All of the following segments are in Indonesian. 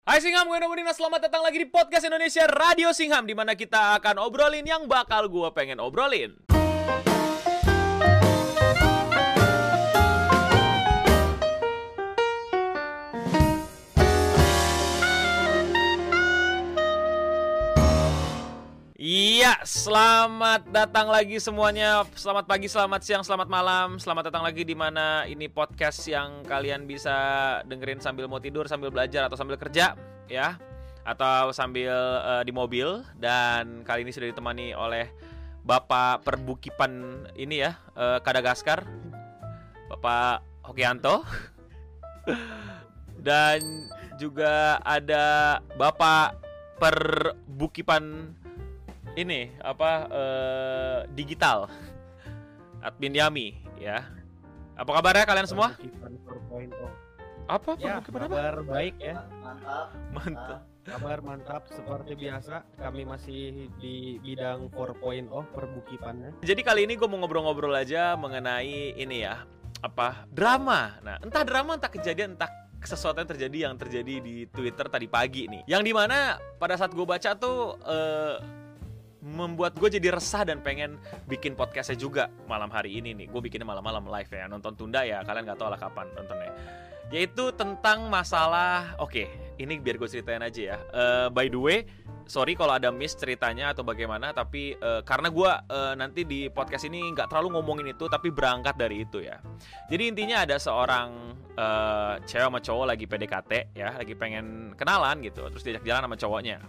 Hai Singham, gue Nobudina. Selamat datang lagi di Podcast Indonesia Radio Singham, di mana kita akan obrolin yang bakal gue pengen obrolin. Iya, selamat datang lagi semuanya. Selamat pagi, selamat siang, selamat malam. Selamat datang lagi di mana ini podcast yang kalian bisa dengerin sambil mau tidur, sambil belajar, atau sambil kerja, ya, atau sambil di mobil. Dan kali ini sudah ditemani oleh Bapak Perbukipan ini ya, Kadagaskar, Bapak Hokianto. Dan juga ada Bapak Perbukipan ini digital Admin Yami ya. Apa kabarnya kalian semua? Apa? Ya, kabar baik ya. Mantap. Kabar mantap seperti biasa. Kami masih di bidang 4.0 perbukipannya. Jadi kali ini gue mau ngobrol-ngobrol aja mengenai ini ya, drama. Nah, entah drama, entah kejadian, entah sesuatu yang terjadi di Twitter tadi pagi nih. Yang dimana pada saat gue baca tuh membuat gue jadi resah dan pengen bikin podcastnya juga malam hari ini nih. Gue bikinnya malam-malam live ya, nonton tunda ya, kalian gak tahu lah kapan nontonnya. Yaitu tentang masalah, ini biar gue ceritain aja ya. By the way, sorry kalau ada miss ceritanya atau bagaimana, tapi karena gue nanti di podcast ini gak terlalu ngomongin itu, tapi berangkat dari itu ya. Jadi intinya ada seorang cewek sama cowok lagi PDKT ya, lagi pengen kenalan gitu, terus diajak jalan sama cowoknya.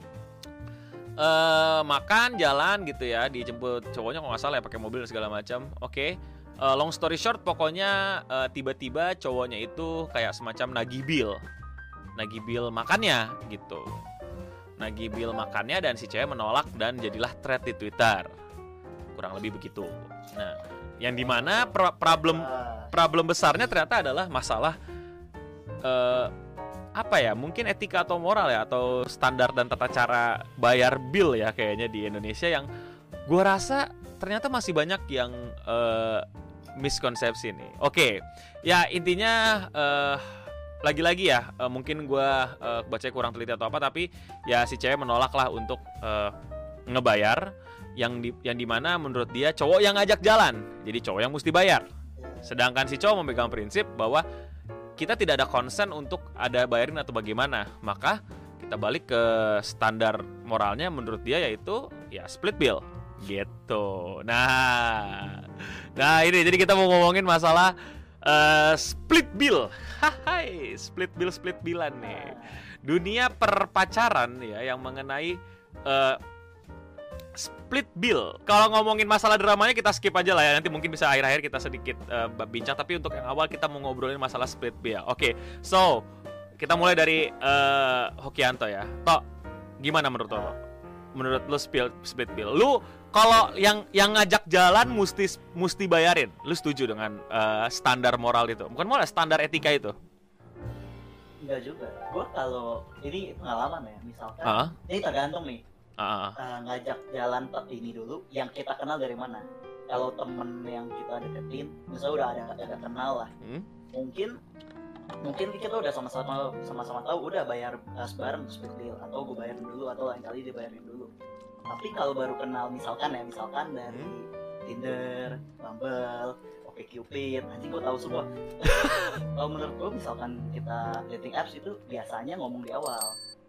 Makan, jalan gitu ya, dijemput cowoknya kalau nggak salah ya pakai mobil dan segala macam. Long story short, pokoknya tiba-tiba cowoknya itu kayak semacam nagih bill makannya gitu, nagih bill makannya, dan si cewek menolak dan jadilah thread di Twitter, kurang lebih begitu. Nah, yang dimana problem besarnya ternyata adalah masalah mungkin etika atau moral ya, atau standar dan tata cara bayar bill ya kayaknya di Indonesia, yang gue rasa ternyata masih banyak yang miskonsepsi nih. Ya intinya lagi-lagi ya, mungkin gue baca kurang teliti atau apa, tapi ya si cewek menolak lah untuk ngebayar yang dimana menurut dia cowok yang ngajak jalan, jadi cowok yang mesti bayar. Sedangkan si cowok memegang prinsip bahwa kita tidak ada concern untuk ada bayarin atau bagaimana, maka kita balik ke standar moralnya menurut dia, yaitu ya split bill gitu. Nah ini jadi kita mau ngomongin masalah split bill. Hai, split billan nih. Dunia perpacaran ya, yang mengenai split bill. Kalau ngomongin masalah dramanya kita skip aja lah ya. Nanti mungkin bisa akhir-akhir kita sedikit bincang. Tapi untuk yang awal kita mau ngobrolin masalah split bill. So kita mulai dari Hokianto ya. Tok, gimana menurut lo? Menurut lo split bill? Lu kalau yang ngajak jalan mesti bayarin. Lu setuju dengan standar moral itu? Bukan moral, standar etika itu? Enggak juga. Gue kalau ini pengalaman ya, misalkan ini tergantung nih. Ngajak jalan ini dulu, yang kita kenal dari mana. Kalau temen yang kita deketin misalnya udah ada kenal lah, mungkin kita udah sama-sama tahu, udah bayar sebareng split bill, atau gue bayarin dulu, atau lain kali dia bayarin dulu. Tapi kalau baru kenal misalkan dari Tinder, Bumble, OkCupid, anjing gue tahu semua. Kalau menurut gue misalkan kita dating apps itu biasanya ngomong di awal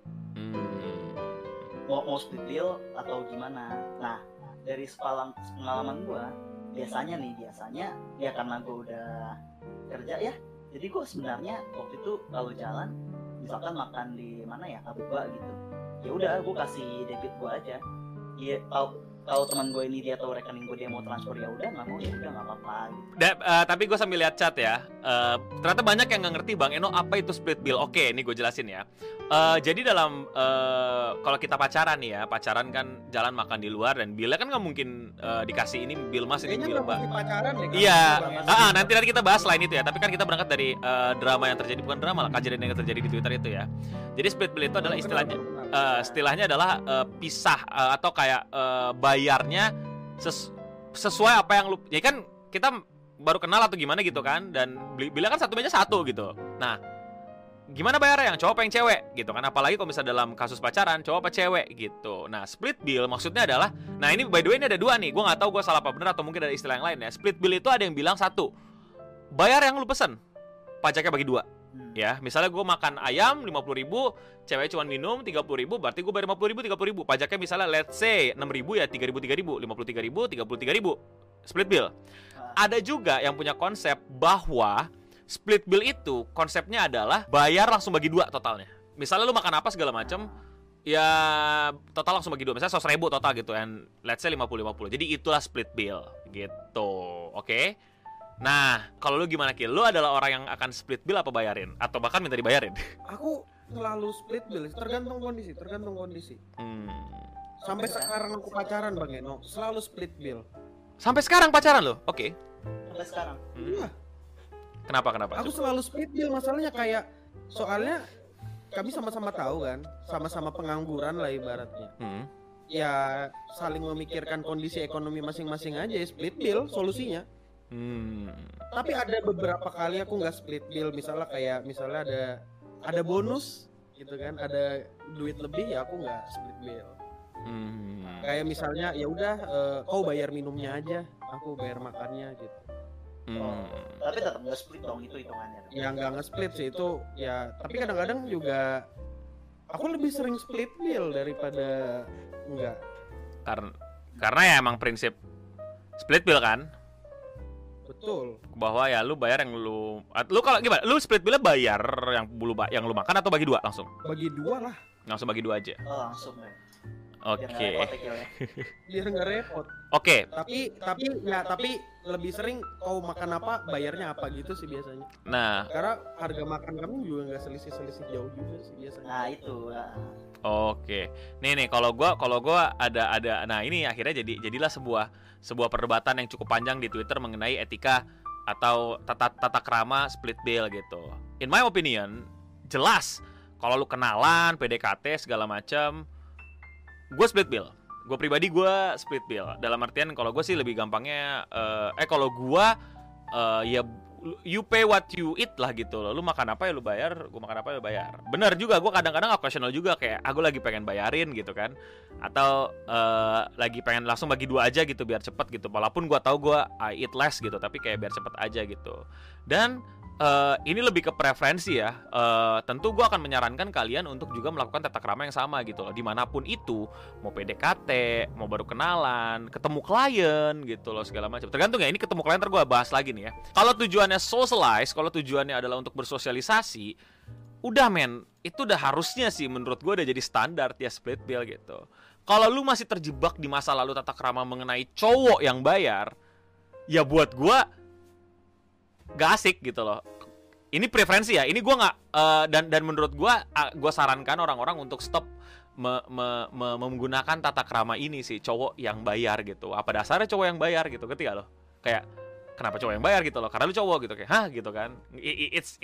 mau split bill atau gimana. Nah, dari pengalaman gue, biasanya ya karena gue udah kerja ya, jadi gue sebenarnya waktu itu kalau jalan misalkan makan di mana ya, Abuba gitu, ya udah gue kasih debit gue aja. Iya, kalau teman gue ini dia tahu rekening gue, dia mau transfer, ya udah, nggak mau ya udah, nggak apa-apa gitu. Tapi gue sambil lihat chat ya, ternyata banyak yang nggak ngerti, Bang Eno, apa itu split bill. Ini gue jelasin ya. Jadi dalam kalau kita pacaran nih ya, pacaran kan jalan makan di luar, dan billnya kan nggak mungkin dikasih ini bill mas, ini bill mbak. Iya, nanti kita bahas lain itu ya. Tapi kan kita berangkat dari drama yang terjadi, bukan drama lah, kejadian yang terjadi di Twitter itu ya. Jadi split bill itu adalah istilahnya adalah pisah atau kayak bayarnya sesuai apa yang lu, ya kan kita baru kenal atau gimana gitu kan, dan billnya kan satu meja satu gitu. Nah, gimana bayarnya, yang cowok apa yang cewek gitu kan, apalagi kalau misalnya dalam kasus pacaran cowok apa cewek gitu. Nah split bill maksudnya adalah, nah ini by the way ini ada dua nih, gue nggak tahu gue salah apa benar atau mungkin ada istilah yang lain ya. Split bill itu ada yang bilang satu, bayar yang lu pesen, pajaknya bagi dua. Ya, misalnya gue makan ayam 50.000, cewek cuma minum 30.000, berarti gue bayar 50.000, 30.000. Pajaknya misalnya let's say 6.000 ya 3.000, 53.000, 33.000, split bill. Ada juga yang punya konsep bahwa split bill itu konsepnya adalah bayar langsung bagi dua totalnya. Misalnya lu makan apa segala macam, ya total langsung bagi dua. Misalnya 100.000 total gitu, and let's say 50-50. Jadi itulah split bill gitu, oke? Nah, kalau lu gimana Kil? Lu adalah orang yang akan split bill apa bayarin? Atau bahkan minta dibayarin? Aku selalu split bill, tergantung kondisi. Sampai sekarang aku pacaran Bang Eno, selalu split bill. Sampai sekarang pacaran lo? Oke. Sampai sekarang. Iya. Kenapa? Aku selalu split bill, masalahnya kayak soalnya kami sama-sama tahu kan, sama-sama pengangguran lah ibaratnya. Ya saling memikirkan kondisi ekonomi masing-masing aja, split bill solusinya. Tapi ada beberapa kali aku nggak split bill, misalnya ada bonus gitu kan, ada duit lebih ya aku nggak split bill. Kayak misalnya ya udah kau bayar minumnya aja, aku bayar makannya gitu. Tapi tetap nggak split dong itu hitungannya. Ya nggak nge-split sih itu ya, tapi kadang-kadang juga aku lebih sering split bill daripada enggak. Karena ya emang prinsip split bill kan. Betul. Bahwa ya lu bayar yang lu kalau gimana? Lu split billnya bayar yang lu makan atau bagi dua langsung? Bagi dua lah. Langsung bagi dua aja. Oh, langsung ya. Oke. Biar nggak repot. Oke. Tapi lebih sering kau makan apa, bayarnya apa gitu sih biasanya. Nah. Karena harga makan kami juga nggak selisih jauh juga sih biasanya. Nah itu. Oke. Nih kalau gua ada. Nah ini akhirnya jadilah sebuah perdebatan yang cukup panjang di Twitter mengenai etika atau tata krama split bill gitu. In my opinion, jelas kalau lu kenalan, PDKT segala macam, gue split bill. Gue pribadi gue split bill. Dalam artian kalau gue sih lebih gampangnya kalau gue ya you pay what you eat lah gitu loh. Lu makan apa ya lu bayar, gue makan apa ya lu bayar. Bener juga, gue kadang-kadang occasional juga kayak aku lagi pengen bayarin gitu kan, atau lagi pengen langsung bagi dua aja gitu biar cepet gitu. Walaupun gue tahu gue I eat less gitu, tapi kayak biar cepet aja gitu. Dan ini lebih ke preferensi ya. Tentu gue akan menyarankan kalian untuk juga melakukan tata krama yang sama gitu loh. Dimanapun itu, mau PDKT, mau baru kenalan, ketemu klien gitu loh segala macam. Tergantung ya. Ini ketemu klien ntar gue bahas lagi nih ya. Kalau tujuannya socialize, kalau tujuannya adalah untuk bersosialisasi, udah men, itu udah harusnya sih menurut gue udah jadi standar ya split bill gitu. Kalau lu masih terjebak di masa lalu tata krama mengenai cowok yang bayar, ya buat gue gak asik gitu loh. Ini preferensi ya. Ini gue nggak dan menurut gue sarankan orang-orang untuk stop menggunakan tata krama ini sih, cowok yang bayar gitu. Apa dasarnya cowok yang bayar gitu? Ketika lo kayak kenapa cowok yang bayar gitu loh? Karena lu cowok gitu kayak hah gitu kan? It's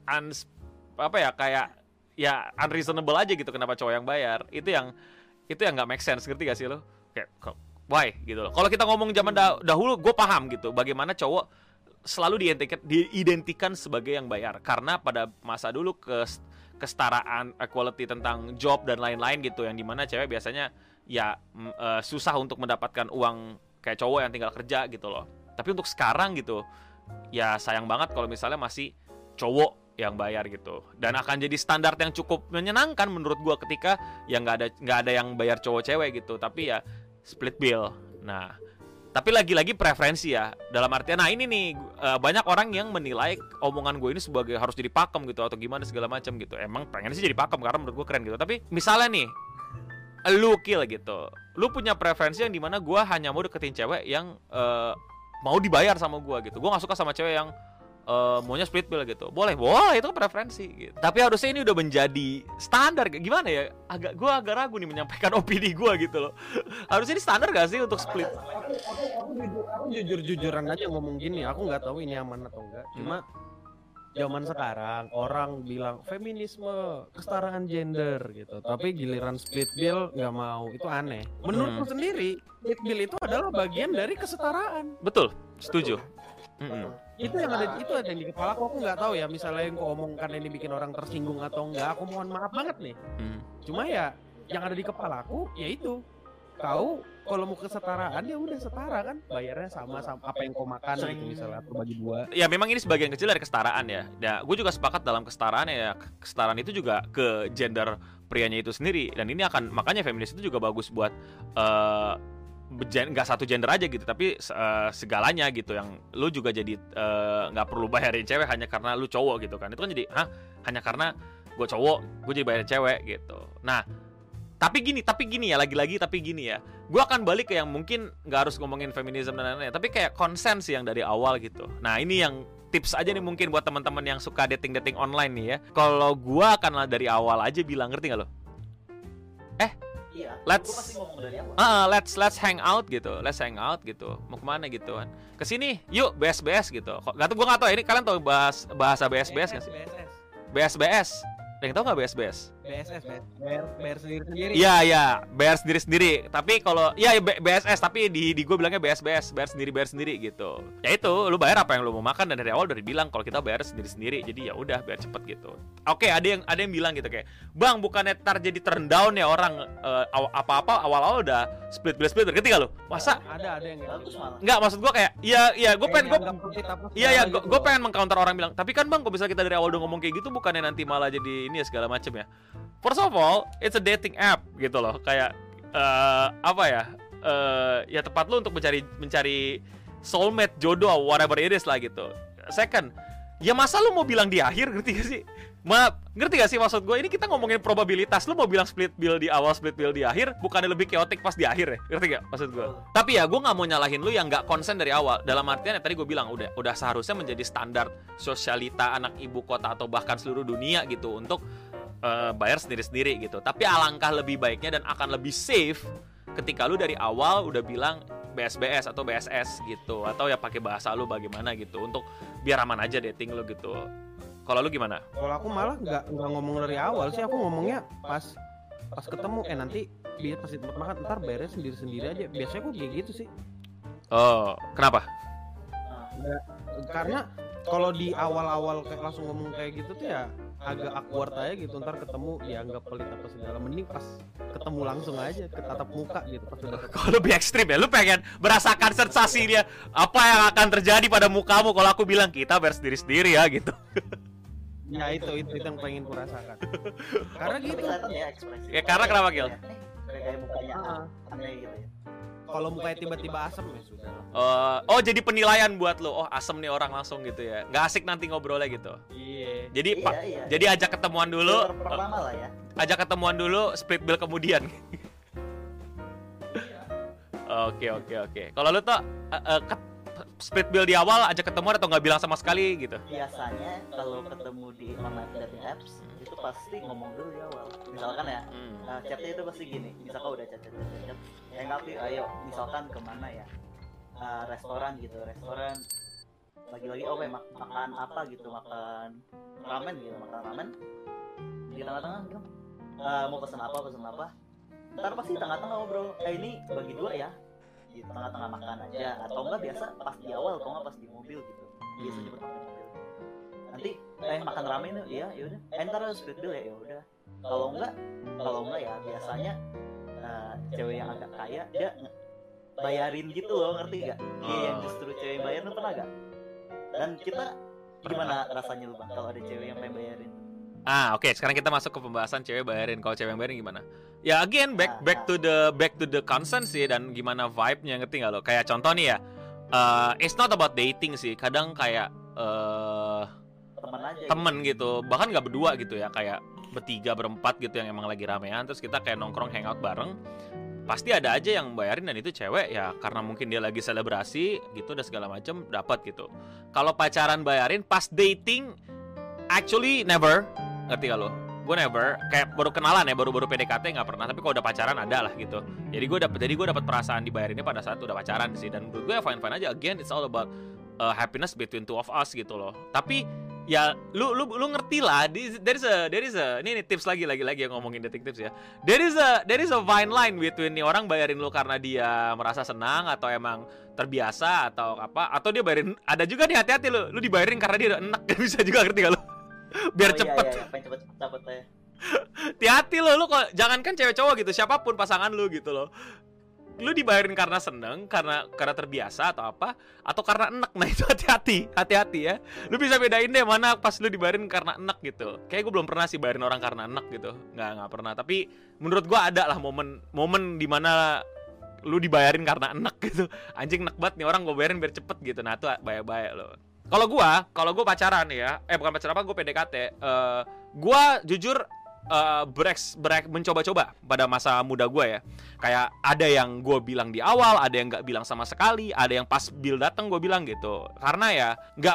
kayak ya unreasonable aja gitu. Kenapa cowok yang bayar? Itu yang nggak make sense, ngerti gak sih lo? Kayak why gitu loh. Kalau kita ngomong zaman dahulu, gue paham gitu. Bagaimana cowok selalu diidentikan sebagai yang bayar karena pada masa dulu kesetaraan equality tentang job dan lain-lain gitu, yang dimana cewek biasanya ya susah untuk mendapatkan uang kayak cowok yang tinggal kerja gitu loh. Tapi untuk sekarang gitu ya sayang banget kalau misalnya masih cowok yang bayar gitu, dan akan jadi standar yang cukup menyenangkan menurut gua ketika ya nggak ada yang bayar cowok cewek gitu, tapi ya split bill. Nah tapi lagi-lagi preferensi ya. Dalam artian, nah ini nih banyak orang yang menilai omongan gue ini sebagai harus jadi pakem gitu atau gimana segala macam gitu. Emang pengen sih jadi pakem karena menurut gue keren gitu. Tapi misalnya nih, lu kill gitu, lu punya preferensi yang dimana gue hanya mau deketin cewek yang mau dibayar sama gue gitu. Gue nggak suka sama cewek yang maunya split bill gitu. Boleh itu preferensi gitu. Tapi harusnya ini udah menjadi standar. Gimana ya? Gue agak ragu nih menyampaikan opini gue gitu loh. Harusnya ini standar gak sih untuk split? Aku jujur-jujuran aja ngomong gini. Aku nggak tahu ini aman atau enggak. Cuma zaman sekarang orang bilang feminisme, kesetaraan gender gitu. Tapi giliran split bill nggak mau, itu aneh. Menurutku sendiri, split bill itu adalah bagian dari kesetaraan. Betul, setuju. Itu yang ada di kepala aku nggak tahu ya, misalnya yang kau omongkan ini bikin orang tersinggung atau enggak, aku mohon maaf banget nih. Cuma ya yang ada di kepala aku yaitu kau kalau mau kesetaraan ya udah setara kan, bayarnya sama apa yang kau makan gitu misalnya, atau bagi dua. Ya memang ini sebagian kecil dari kesetaraan ya. Ya gue juga sepakat dalam kesetaraan ya. Kesetaraan itu juga ke gender prianya itu sendiri, dan ini akan, makanya feminis itu juga bagus buat nggak satu gender aja gitu, tapi segalanya gitu, yang lu juga jadi nggak perlu bayarin cewek hanya karena lu cowok gitu kan. Itu kan jadi hanya karena gue cowok gue jadi bayarin cewek gitu. Nah tapi gini ya, lagi-lagi tapi gini ya, gue akan balik ke yang mungkin nggak harus ngomongin feminisme dan lain-lain, tapi kayak konsen sih yang dari awal gitu. Nah ini yang tips aja nih mungkin buat teman-teman yang suka dating online nih ya. Kalau gue akan dari awal aja bilang, ngerti nggak lo? Iya, let's hang out gitu. Let's hang out gitu. Mau kemana gitu kan? Kesini, yuk BS gitu. Gue nggak tahu ini kalian tahu bahasa BS nggak sih? BS. Yang tahu nggak BS? BSS, bayar sendiri. Iya, bayar sendiri. Tapi kalau BSS, tapi di gue bilangnya BS, bayar sendiri gitu. Ya itu, lu bayar apa yang lu mau makan, dan dari awal udah dibilang kalau kita bayar sendiri. Jadi ya udah, biar cepet gitu. Oke, ada yang bilang gitu kayak, "Bang, bukannya tar jadi turn down ya orang apa-apa awal-awal udah split bill. Ngerti gak lu? Masa? Ada yang bagus malah. Enggak, maksud gue kayak, gue pengen mengcounter orang bilang, "Tapi kan Bang, kok bisa kita dari awal udah ngomong kayak gitu, bukannya nanti malah jadi ini ya segala macem ya." First of all, it's a dating app gitu loh. Kayak ya tempat lu untuk mencari soulmate, jodoh, whatever it is lah gitu. Second, ya masa lu mau bilang di akhir, ngerti gak sih? Ngerti gak sih maksud gue? Ini kita ngomongin probabilitas. Lu mau bilang split bill di awal, split bill di akhir, bukannya lebih chaotic pas di akhir ya? Ngerti gak maksud gue? Tapi ya gue gak mau nyalahin lu yang gak konsen dari awal. Dalam artian ya tadi gue bilang udah seharusnya menjadi standar sosialita anak ibu kota atau bahkan seluruh dunia gitu untuk bayar sendiri-sendiri gitu. Tapi alangkah lebih baiknya dan akan lebih safe ketika lu dari awal udah bilang BSBS atau BSS gitu, atau ya pakai bahasa lu bagaimana gitu, untuk biar aman aja dating lu gitu. Kalau lu gimana? Kalau aku malah nggak ngomong dari awal sih, aku ngomongnya pas ketemu nanti biar pas di tempat makan ntar bayarnya sendiri aja. Biasanya aku kayak gitu sih. Oh, kenapa? Karena kalau di awal kayak langsung ngomong kayak gitu tuh ya agak awkward aja gitu, ntar ketemu dianggap pelit apa segala. Mending pas ketemu langsung aja, ketatap muka gitu pas udah ketemu. Kalau lebih ekstrim ya, lu pengen merasakan sensasi dia, apa yang akan terjadi pada mukamu kalau aku bilang kita bayar sendiri ya gitu. Ya itu yang pengen ku rasakan. Karena gitu. Ya karena kenapa Gil? Kayak mukanya aneh gitu ya. Kalau mukanya tiba-tiba asem ya sudah. Oh jadi penilaian buat lo, oh asem nih orang langsung gitu ya, nggak asik nanti ngobrolnya gitu. Iya. Jadi ajak ketemuan dulu. Pertama lah ya. Ajak ketemuan dulu, split bill kemudian. Oke. Kalau lo tuh split bill di awal, ajak ketemuan atau nggak bilang sama sekali gitu? Biasanya kalau ketemu di online dating apps itu pasti ngomong dulu di awal. Misalkan ya, chatnya itu pasti gini. Misalkan udah chat, ngapain? Ayo, misalkan kemana ya? Restoran gitu, lagi-lagi makan apa gitu, makan ramen. Di tengah-tengah gitu, mau pesen apa? Ntar pasti tengah-tengah ngobrol. Ini bagi dua ya. Di tengah-tengah makan aja, atau enggak biasa pas di awal, atau enggak pas di mobil gitu. Biasa juga pakai mobil. Nanti makan ramen itu, ya udah. Ntar split bill ya udah. Kalau enggak ya biasanya cewek yang agak kaya dia bayarin gitu loh, ngerti gak? Yang justru cewek bayar tuh pernah gak? Dan kita gimana rasanya lu Bang kalau ada cewek yang pengen bayarin? Oke. Sekarang kita masuk ke pembahasan cewek bayarin. Kalau cewek yang bayarin gimana? Ya again back to the consent sih, dan gimana vibe-nya, ngerti gak lo? Kayak contoh nih ya, it's not about dating sih. Kadang kayak temen gitu, bahkan gak berdua gitu ya, kayak bertiga berempat gitu yang emang lagi ramean, terus kita kayak nongkrong hangout bareng, pasti ada aja yang bayarin, dan itu cewek ya karena mungkin dia lagi selebrasi gitu dan segala macem dapat gitu. Kalau pacaran bayarin, pas dating actually never, ngerti gak lo? Gue never, kayak baru kenalan ya, baru PDKT nggak pernah, tapi kalau udah pacaran ada lah gitu. Jadi gue dapat perasaan dibayarinnya pada saat udah pacaran sih, dan menurut gue fine aja. Again, it's all about happiness between two of us gitu loh. Tapi ya lu ngerti lah. There is a ini tips lagi yang ngomongin dating tips ya. There is a fine line between nih orang bayarin lu karena dia merasa senang atau emang terbiasa atau apa, atau dia bayarin. Ada juga nih, hati-hati lu dibayarin karena dia udah enak. Bisa juga, ngerti gak lu? Biar cepet. Iya, pengen cepet dapet ya. Hati-hati lu kok, jangankan cewek cowok gitu, siapapun pasangan lu gitu loh. Lu dibayarin karena seneng, karena terbiasa atau apa, atau karena enak. Nah itu hati-hati ya. Lu bisa bedain deh mana pas lu dibayarin karena enak gitu. Kayak gue belum pernah sih bayarin orang karena enak gitu, nggak pernah. Tapi menurut gue ada lah momen dimana lu dibayarin karena enak gitu. Anjing enak banget nih orang, gue bayarin biar cepet gitu. Nah itu baik-baik lo. Kalau gue pacaran ya, bukan pacaran apa, gue PDKT. Gue jujur mencoba-coba pada masa muda gue ya. Kayak ada yang gue bilang di awal, ada yang nggak bilang sama sekali, ada yang pas Bill datang gue bilang gitu. Karena ya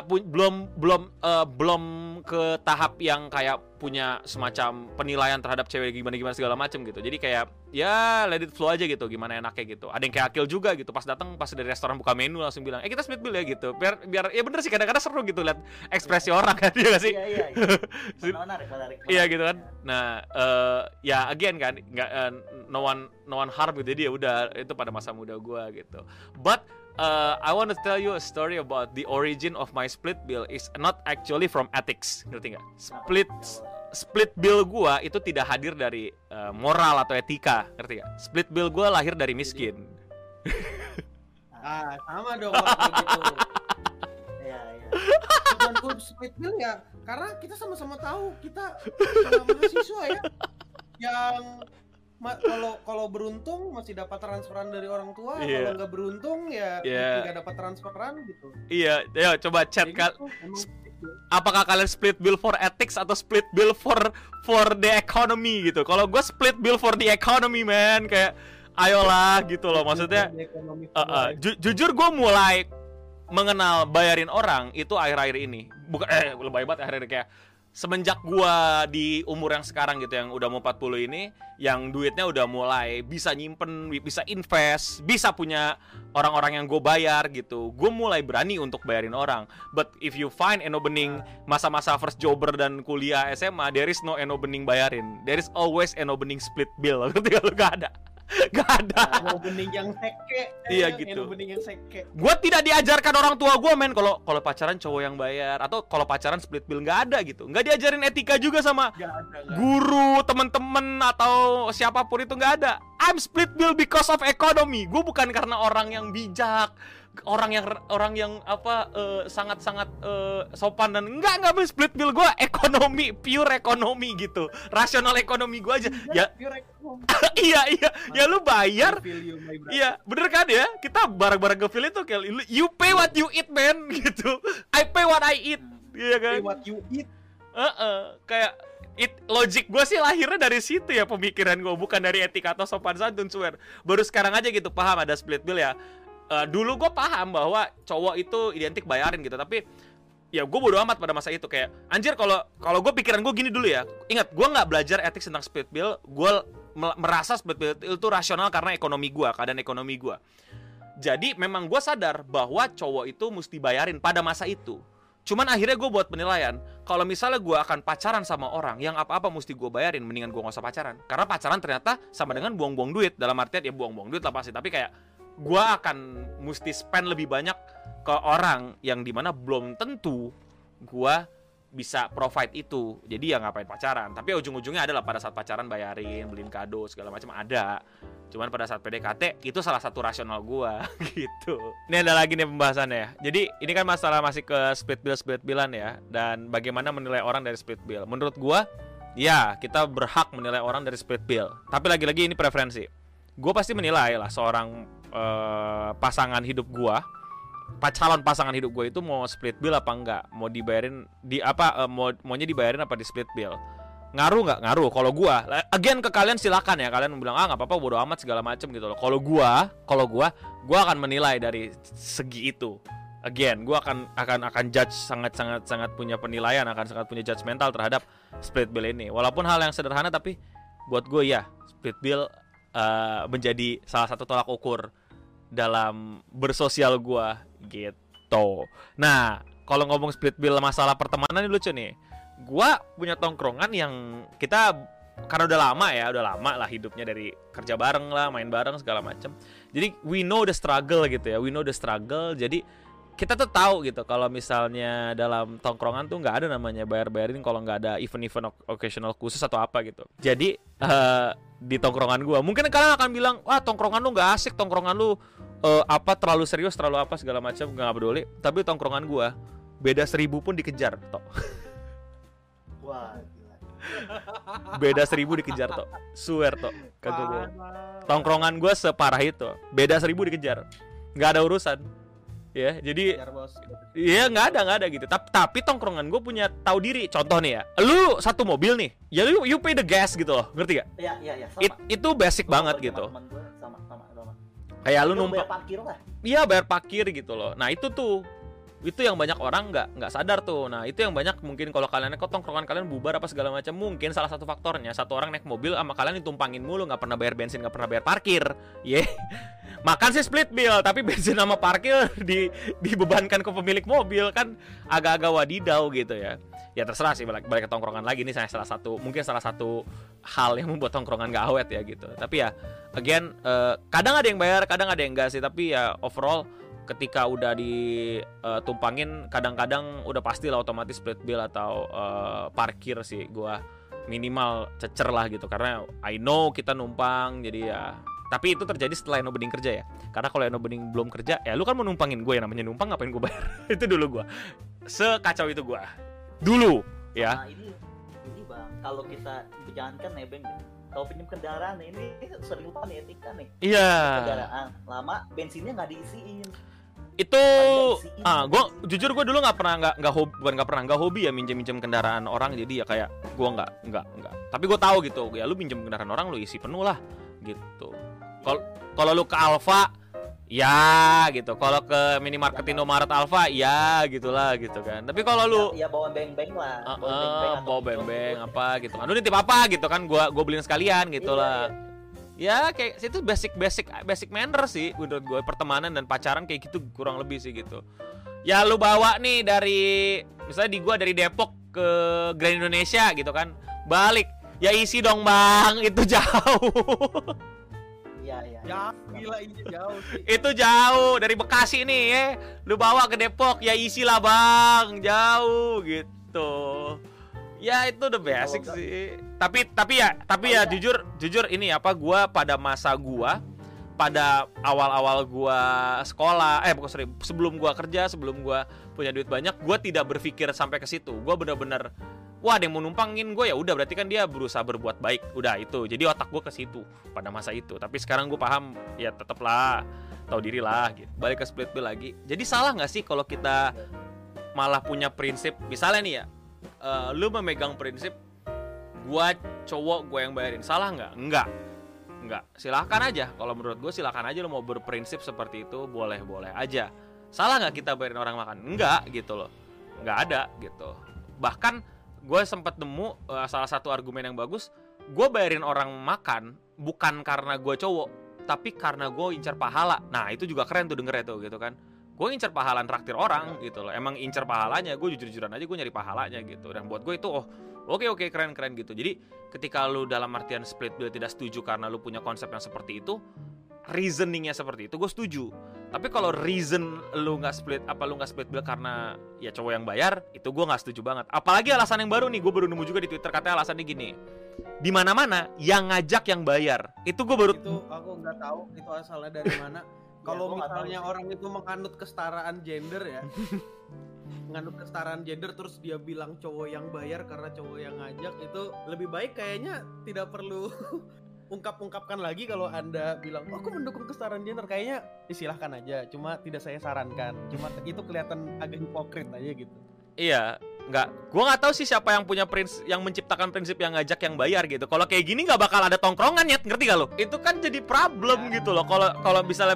belum ke tahap yang kayak punya semacam penilaian terhadap cewek gimana segala macem gitu. Jadi kayak ya let it flow aja gitu, gimana enaknya gitu. Ada yang kayak Akil juga gitu, pas datang pas dari restoran buka menu langsung bilang kita split bill ya gitu. Biar ya bener sih, kadang-kadang seru gitu lihat ekspresi orang kan, iya gak sih? Iya. Menarik. Iya gitu kan. Nah ya again kan, nggak no one harm gitu. Jadi ya udah, itu pada masa muda gue gitu. But I want to tell you a story about the origin of my split bill is not actually from ethics, ngerti nggak? Split bill gua itu tidak hadir dari moral atau etika, ngerti gak? Split bill gua lahir dari miskin. Sama dong kayak gitu. Iya. Tujuan gue split bill ya karena kita sama-sama tahu kita mahasiswa ya yang kalau beruntung masih dapat transferan dari orang tua, kalau nggak beruntung ya nggak dapat transferan gitu. Iya, ya coba chat kan. Apakah kalian split bill for ethics atau split bill for the economy gitu? Kalau gue split bill for the economy, man. Kayak ayolah gitu loh, maksudnya. Jujur gue mulai mengenal bayarin orang itu akhir-akhir ini. Bukan lebay banget akhir-akhir, kayak semenjak gua di umur yang sekarang gitu, yang udah mau 40 ini, yang duitnya udah mulai bisa nyimpen, bisa invest, bisa punya orang-orang yang gue bayar gitu, gue mulai berani untuk bayarin orang. But if you find Eno Bening masa-masa first jobber dan kuliah SMA, there is no Eno Bening bayarin, there is always Eno Bening split bill. Ketika lu gak ada. Eno Bening yang seke. Iya gitu. Eno Bening yang seke. Gue tidak diajarkan orang tua gue, men, kalau pacaran cowok yang bayar atau kalau pacaran split bill, nggak ada gitu. Nggak diajarin etika juga sama guru, temen-temen atau siapapun, itu nggak ada. I'm split bill because of economy. Gue bukan karena orang yang bijak, orang yang apa sangat-sangat sopan dan enggak split bill. Gue ekonomi, pure ekonomi gitu, rasional ekonomi gue aja ya. Iya ya, lu bayar. Iya bener kan ya, kita bareng-bareng ngefeel itu kayak you pay what you eat, man, gitu. I pay what I eat, iya kan. Pay what you eat. Kayak logik gue sih lahirnya dari situ ya, pemikiran gue, bukan dari etika atau sopan santun, swear. Baru sekarang aja gitu paham ada split bill ya. Dulu gue paham bahwa cowok itu identik bayarin gitu, tapi ya gue bodo amat pada masa itu. Kayak anjir, kalau gue pikiran gue gini dulu ya. Ingat, gue nggak belajar etik tentang split bill. Gue merasa split bill itu rasional karena ekonomi gue, keadaan ekonomi gue. Jadi memang gue sadar bahwa cowok itu mesti bayarin pada masa itu. Cuman akhirnya gue buat penilaian, kalau misalnya gue akan pacaran sama orang yang apa-apa mesti gue bayarin, mendingan gue gak usah pacaran. Karena pacaran ternyata sama dengan buang-buang duit. Dalam artian ya buang-buang duit lah pasti, tapi kayak gue akan mesti spend lebih banyak ke orang yang dimana belum tentu gue bisa provide itu. Jadi ya ngapain pacaran. Tapi ujung-ujungnya adalah pada saat pacaran bayarin, beliin kado segala macam ada. Cuman pada saat PDKT itu salah satu rasional gue gitu. Ini ada lagi nih pembahasannya ya. Jadi ini kan masalah masih ke split billan ya, dan bagaimana menilai orang dari split bill. Menurut gue ya kita berhak menilai orang dari split bill. Tapi lagi-lagi ini preferensi. Gue pasti menilai lah seorang pasangan hidup gue, calon pasangan hidup gue itu mau split bill apa enggak, mau dibayarin di apa, maunya dibayarin apa di split bill. Ngaruh nggak? Ngaruh. Kalau gue, again ke kalian silakan ya, kalian bilang nggak apa-apa, bodo amat segala macem gitu loh. Kalau gue akan menilai dari segi itu. Again, gue akan judge, sangat punya penilaian, akan sangat punya judgmental terhadap split bill ini. Walaupun hal yang sederhana, tapi buat gue ya split bill menjadi salah satu tolak ukur dalam bersosial gue gitu. Nah, kalau ngomong split bill masalah pertemanan ini lucu nih. Gua punya tongkrongan yang kita karena udah lama lah hidupnya, dari kerja bareng lah, main bareng segala macam. Jadi we know the struggle gitu ya. We know the struggle. Jadi kita tuh tahu gitu kalau misalnya dalam tongkrongan tuh nggak ada namanya bayar-bayarin kalau nggak ada event-event occasional khusus atau apa gitu. Jadi di tongkrongan gua mungkin kalian akan bilang, wah tongkrongan lu nggak asik, tongkrongan lu apa terlalu serius, terlalu apa segala macam, nggak peduli. Tapi tongkrongan gua beda 1000 pun dikejar toh. Wah, gila. Beda 1000 dikejar toh. Swear toh. Kagak gua. Tongkrongan gua separah itu. Beda 1000 dikejar. Nggak ada urusan. Ya, jadi iya nggak ada gitu. Tapi tongkrongan gue punya tahu diri. Contoh nih ya, lu satu mobil nih, ya lu you pay the gas gitu loh, ngerti gak? Iya, sama. Itu basic banget gitu. Sama. Kayak lu Bayar numpang. parkir lah. Iya, bayar parkir gitu loh. Nah itu yang banyak orang nggak sadar tuh. Nah itu yang banyak mungkin kalau kalian kok tongkrongan kalian bubar apa segala macam, mungkin salah satu faktornya satu orang naik mobil sama kalian ditumpangin mulu, nggak pernah bayar bensin, nggak pernah bayar parkir. Makan sih split bill, tapi bensin sama parkir dibebankan ke pemilik mobil, kan agak-agak wadidau gitu ya. Ya terserah sih, balik ke tongkrongan lagi, ini salah satu hal yang membuat tongkrongan gak awet ya gitu. Tapi ya again, kadang ada yang bayar, kadang ada yang enggak sih. Tapi ya overall ketika udah ditumpangin, kadang-kadang udah pasti lah otomatis split bill atau parkir sih gua minimal cecer lah gitu. Karena I know kita numpang, jadi ya. Tapi itu terjadi setelah Eno Bening kerja ya. Karena kalau Eno Bening belum kerja, ya lu kan mau numpangin gue, yang namanya numpang ngapain gue bayar. Itu dulu gue. Sekacau itu gue. Dulu ya. Nah, ini Bang, kalau kita jangankan nebeng, kalau pinjam kendaraan ini sering lupa nih etika nih. Iya. Kendaraan lama bensinnya nggak diisiin. Itu gue jujur gue dulu nggak hobi ya minjem kendaraan orang, jadi ya kayak gue nggak. Tapi gue tahu gitu, ya lu minjem kendaraan orang lu isi penuh lah gitu. Kalau lu ke Alfa ya gitu, kalau ke minimarket Indomaret Alfa ya gitulah gitu kan. Tapi kalau lu ya bawa beng-beng lah, bawa beng-beng apa gitu kan, lu nitip apa gitu kan, gua beliin sekalian gitulah. Ya kayak itu basic manner sih menurut gue. Pertemanan dan pacaran kayak gitu kurang lebih sih gitu. Ya lu bawa nih misalnya gua dari Depok ke Grand Indonesia gitu kan, balik ya isi dong bang, itu jauh. Iya. Ya, gila ini jauh sih. Itu jauh dari Bekasi nih ya. Lu bawa ke Depok ya isi lah bang, jauh gitu. Ya itu udah basic sih. Tapi ya jujur ini apa, gua pada masa pada awal-awal gua sekolah, sebelum gua kerja, sebelum gua punya duit banyak, gua tidak berpikir sampai ke situ. Gua bener-bener wah, ada yang mau numpangin gue, ya udah berarti kan dia berusaha berbuat baik. Udah itu. Jadi otak gue ke situ pada masa itu. Tapi sekarang gue paham, ya tetaplah tahu diri lah gitu. Balik ke split bill lagi. Jadi salah nggak sih kalau kita malah punya prinsip, misalnya nih ya, lu memegang prinsip gue cowok gue yang bayarin. Salah nggak? Enggak. Silahkan aja. Kalau menurut gue silahkan aja lu mau berprinsip seperti itu, boleh aja. Salah nggak kita bayarin orang makan? Enggak gitu loh. Nggak ada gitu. Bahkan gue sempat nemu salah satu argumen yang bagus. Gue bayarin orang makan bukan karena gue cowok, tapi karena gue incer pahala. Nah itu juga keren tuh dengernya tuh gitu kan. Gue incer pahala traktir orang gitu loh. Emang incer pahalanya, gue jujur-jujuran aja gue nyari pahalanya gitu. Dan buat gue itu oke keren gitu. Jadi ketika lu dalam artian split bill tidak setuju karena lu punya konsep yang seperti itu, reasoningnya seperti itu, gue setuju. Tapi kalau reason lu nggak split bill karena ya cowok yang bayar, itu gue nggak setuju banget. Apalagi alasan yang baru nih, gue baru nemu juga di Twitter, katanya alasannya gini, di mana-mana yang ngajak yang bayar. Itu gue baru. Itu aku nggak tahu itu asalnya dari mana. Kalau misalnya orang itu menganut kesetaraan gender ya, menganut kesetaraan gender terus dia bilang cowok yang bayar karena cowok yang ngajak, itu lebih baik kayaknya tidak perlu ungkapkan lagi. Kalau Anda bilang aku mendukung kesetaraan gender, kayaknya silahkan aja, cuma tidak saya sarankan. Cuma itu kelihatan agak hipokrit aja gitu. Iya, gua nggak tahu sih siapa yang punya yang menciptakan prinsip yang ngajak yang bayar gitu. Kalau kayak gini nggak bakal ada tongkrongan ya, ngerti gak lo? Itu kan jadi problem gitu loh. Kalau misalnya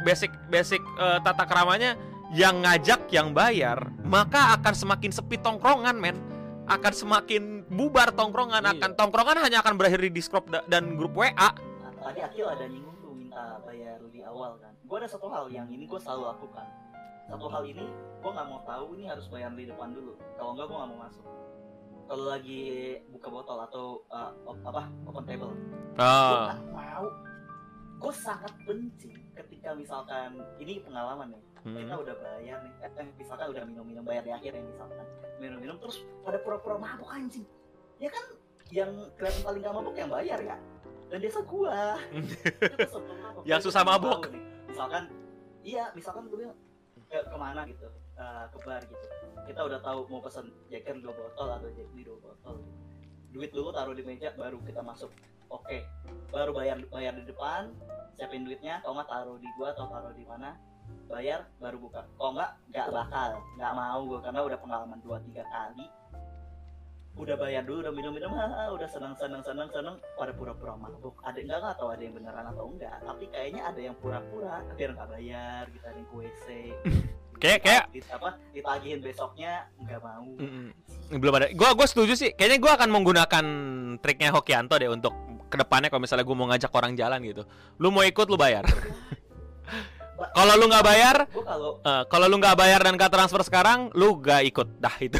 basic tata keramanya yang ngajak yang bayar, maka akan semakin sepi tongkrongan, men. Akan semakin bubar tongkrongan, tongkrongan hanya akan berakhir di Discord dan grup WA. Tadi Akil ada nyinggung tuh minta bayar di awal kan. Gue ada satu hal yang ini gue selalu lakukan. satu hal ini gue nggak mau tahu ini harus bayar di depan dulu. Kalau enggak gue nggak mau masuk. Kalau lagi buka botol atau open table, gue nggak mau. Gue sangat benci ketika misalkan ini pengalaman nih, kita udah bayar nih, misalkan udah minum-minum bayar di akhir ya, misalkan minum-minum terus pada pura-pura mabuk anjing. Ya kan yang kelihatan paling gak mabuk yang bayar ya. Dan biasa gua yang susah mabuk. Misalkan gue bilang kemana gitu, ke bar gitu. Kita udah tahu mau pesen Jacker 2 botol atau Jack 2 botol. Duit dulu taruh di meja, baru kita masuk. Oke, baru bayar di depan, siapin duitnya. Kalau nggak taruh di gua atau taruh di mana, bayar baru buka. Kalau nggak nggak mau gua, karena udah pengalaman 2-3 kali. Udah bayar dulu, udah minum, udah senang, pada pura-pura mabuk. Ada nggak tahu ada yang beneran atau enggak, tapi kayaknya ada yang pura-pura biar nggak bayar, kita ada yang ke WC. kayak ditagihin besoknya nggak mau. Belum ada. Gue setuju sih. Kayaknya gue akan menggunakan triknya Hokianto deh untuk kedepannya kalau misalnya gue mau ngajak orang jalan gitu. Lu mau ikut, lu bayar. Kalau lu nggak bayar, kalau lu nggak bayar dan nggak transfer sekarang, lu nggak ikut. Dah itu.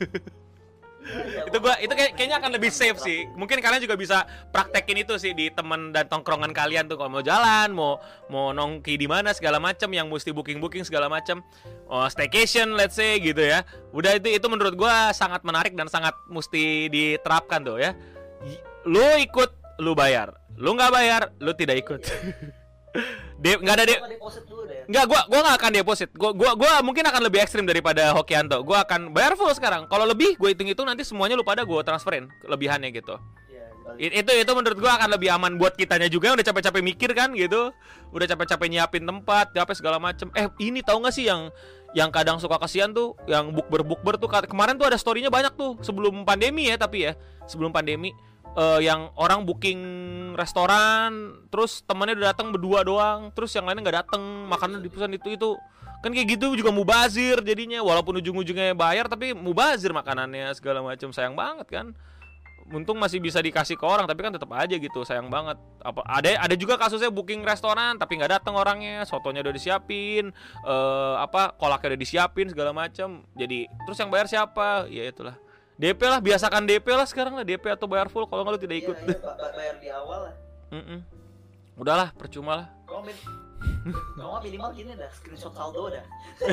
Itu kayaknya akan lebih safe sih. Mungkin kalian juga bisa praktekin itu sih di teman dan tongkrongan kalian tuh, kalau mau jalan, mau nongki di mana segala macam, yang mesti booking segala macam, staycation let's say gitu ya. Udah itu menurut gua sangat menarik dan sangat mesti diterapkan tuh ya. Lu ikut, lu bayar. Lu nggak bayar, lu tidak ikut. Nggak ada deposit dulu deh. Nggak, gua nggak akan deposit. Gua mungkin akan lebih ekstrim daripada Hokianto. Gua akan bayar full sekarang. Kalau lebih, gue hitung nanti semuanya lu pada gue transferin kelebihannya gitu. Itu menurut gua akan lebih aman buat kitanya juga yang udah capek-capek mikir kan gitu. Udah capek-capek nyiapin tempat, apa segala macem. Ini tahu nggak sih yang kadang suka kasihan tuh, yang bukber tuh kemarin tuh ada story-nya banyak tuh sebelum pandemi ya, tapi ya sebelum pandemi. Yang orang booking restoran, terus temannya udah datang berdua doang, terus yang lainnya nggak datang, makanan dipesan itu kan kayak gitu juga mubazir jadinya, walaupun ujung-ujungnya bayar tapi mubazir makanannya segala macam, sayang banget kan. Untung masih bisa dikasih ke orang, tapi kan tetap aja gitu, sayang banget. Ada juga kasusnya booking restoran tapi nggak datang orangnya, sotonya udah disiapin, kolaknya udah disiapin segala macam, jadi terus yang bayar siapa? Ya itulah. DP lah, biasakan DP lah sekarang lah, DP atau bayar full kalau nggak lu tidak ikut. Iya, bayar di awal lah. Udahlah, percuma lah. Kalau minimal gini dah, screenshot saldo dah.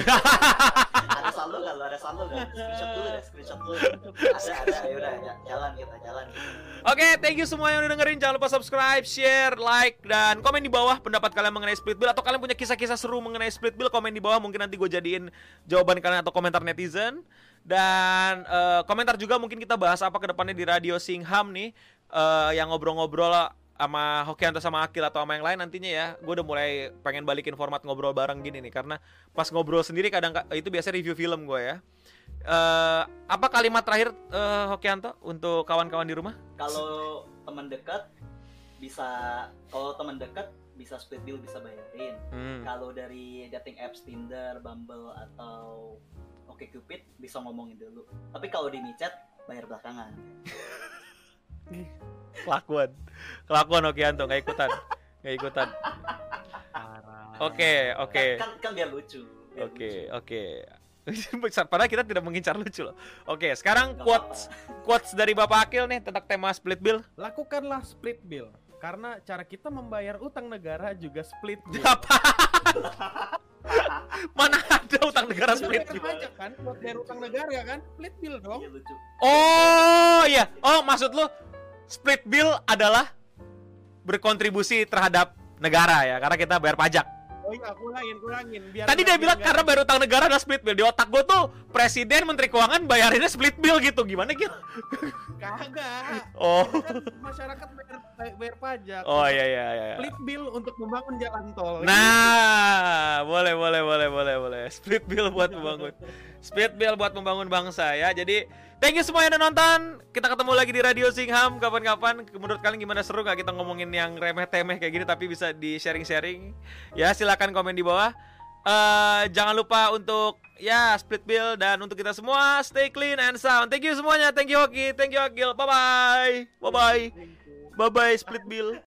Ada saldo nggak? Ada saldo nggak? Screenshot dulu. Ada, yaudah, jalan kita. Oke, thank you semua yang udah dengerin. Jangan lupa subscribe, share, like, dan komen di bawah pendapat kalian mengenai split bill, atau kalian punya kisah-kisah seru mengenai split bill, komen di bawah. Mungkin nanti gue jadiin jawaban kalian atau komentar netizen. Dan komentar juga mungkin kita bahas apa ke depannya di Radio Singham nih, yang ngobrol-ngobrol sama Hokianto sama Akil atau sama yang lain nantinya ya. Gue udah mulai pengen balikin format ngobrol bareng gini nih, karena pas ngobrol sendiri kadang itu biasanya review film gue ya. Apa kalimat terakhir Hokianto untuk kawan-kawan di rumah? Kalau teman dekat bisa split bill, bisa bayarin. Kalau dari dating apps Tinder, Bumble atau OkCupid bisa ngomongin dulu. Tapi kalau di micet bayar belakangan. Kelakuan Hokianto nggak ikutan. Oke. Kan biar lucu. Oke. Padahal kita tidak mengincar lucu loh. Oke, sekarang quotes dari Bapak Akil nih tentang tema split bill. Lakukanlah split bill, karena cara kita membayar utang negara juga split bill. Apa? Mana ada utang negara split bill? Aja kan, buat bayar utang negara kan, split bill dong. Iya, lucu. Oh iya, maksud lu split bill adalah berkontribusi terhadap negara ya, karena kita bayar pajak. Oh iya, kurangin. Tadi dia bilang karena bayar utang negara adalah split bill. Di otak gue tuh presiden, menteri keuangan bayarinnya split bill gitu. Gimana gitu? Kagak. Oh. Kan masyarakat bayar pajak. Oh iya. Split bill untuk membangun jalan tol. Nah, boleh. Split bill buat membangun bangsa ya. Jadi thank you semua yang udah nonton. Kita ketemu lagi di Radio Singham kapan-kapan. Menurut kalian gimana, seru gak kita ngomongin yang remeh-temeh kayak gini tapi bisa di sharing-sharing? Ya silakan komen di bawah. Jangan lupa untuk split bill, dan untuk kita semua stay clean and sound. Thank you semuanya. Thank you Hoki, thank you Akil. Bye bye split bill.